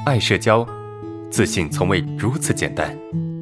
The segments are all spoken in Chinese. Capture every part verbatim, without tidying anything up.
爱社交，自信从未如此简单。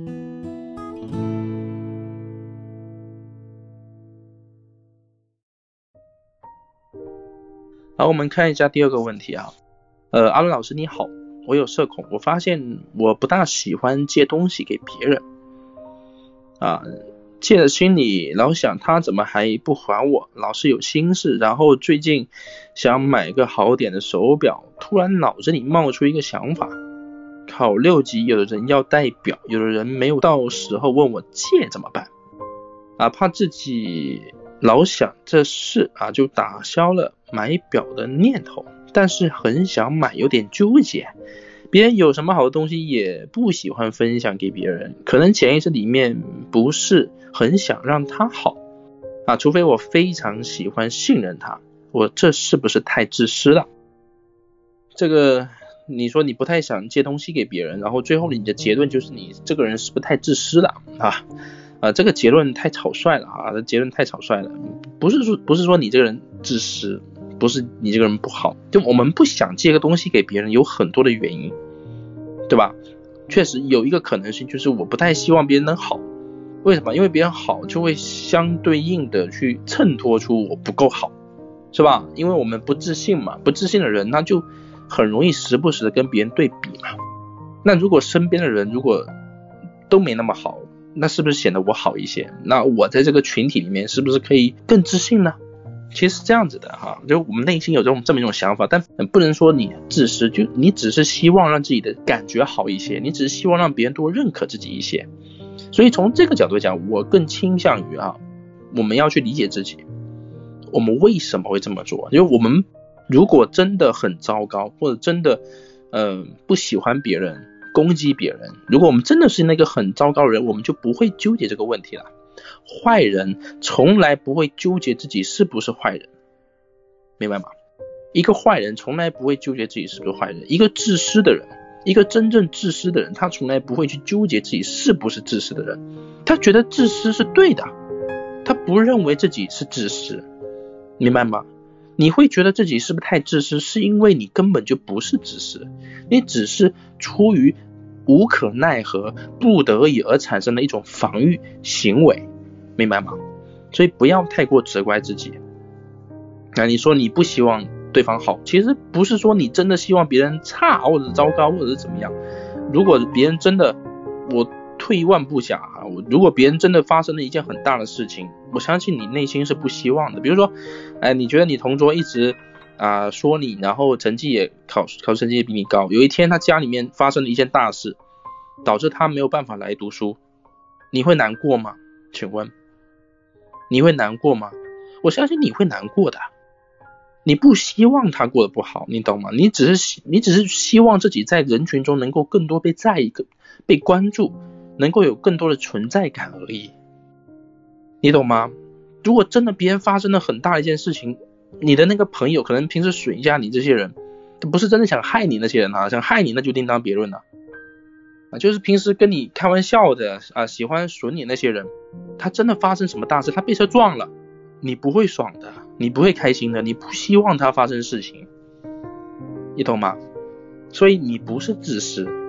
好，我们看一下第二个问题啊。呃，阿伦老师你好，我有社恐，我发现我不大喜欢借东西给别人啊，借的心里老想他怎么还不还我，老是有心事，然后最近想买个好点的手表，突然脑子里冒出一个想法，考六级有的人要带表，有的人没有到时候问我借怎么办啊？怕自己老想这事啊，就打消了买表的念头，但是很想买，有点纠结。别人有什么好的东西也不喜欢分享给别人，可能潜意识里面不是很想让他好啊，除非我非常喜欢信任他，我这是不是太自私了？这个你说你不太想借东西给别人，然后最后你的结论就是你这个人是不是太自私了啊？啊，这个结论太草率了啊！这结论太草率了，不是说不是说你这个人自私，不是你这个人不好，就我们不想借个东西给别人，有很多的原因，对吧？确实有一个可能性就是我不太希望别人能好，为什么？因为别人好就会相对应的去衬托出我不够好，是吧？因为我们不自信嘛，不自信的人那就很容易时不时的跟别人对比嘛。那如果身边的人如果都没那么好，那是不是显得我好一些？那我在这个群体里面是不是可以更自信呢？其实是这样子的哈，就我们内心有这种这么一种想法，但不能说你自私，就你只是希望让自己的感觉好一些，你只是希望让别人多认可自己一些。所以从这个角度讲，我更倾向于啊，我们要去理解自己，我们为什么会这么做？因为我们如果真的很糟糕，或者真的呃不喜欢别人，攻击别人，如果我们真的是那个很糟糕的人，我们就不会纠结这个问题了。坏人从来不会纠结自己是不是坏人，明白吗？一个坏人从来不会纠结自己是不是坏人，一个自私的人，一个真正自私的人，他从来不会去纠结自己是不是自私的人，他觉得自私是对的，他不认为自己是自私，明白吗？你会觉得自己是不是太自私，是因为你根本就不是自私，你只是出于无可奈何不得已而产生的一种防御行为，明白吗？所以不要太过责怪自己。那你说你不希望对方好，其实不是说你真的希望别人差或者糟糕或者是怎么样。如果别人真的，我退一万步讲啊，如果别人真的发生了一件很大的事情，我相信你内心是不希望的。比如说哎，你觉得你同桌一直啊、呃、说你，然后成绩也考考试成绩也比你高，有一天他家里面发生了一件大事，导致他没有办法来读书，你会难过吗？请问你会难过吗？我相信你会难过的，你不希望他过得不好，你懂吗？你只是你只是希望自己在人群中能够更多被在意、被关注，能够有更多的存在感而已，你懂吗？如果真的别人发生了很大的一件事情，你的那个朋友可能平时损一下你，这些人不是真的想害你，那些人啊，想害你那就另当别论了啊，就是平时跟你开玩笑的啊，喜欢损你那些人，他真的发生什么大事，他被车撞了，你不会爽的，你不会开心的，你不希望他发生事情，你懂吗？所以你不是自私，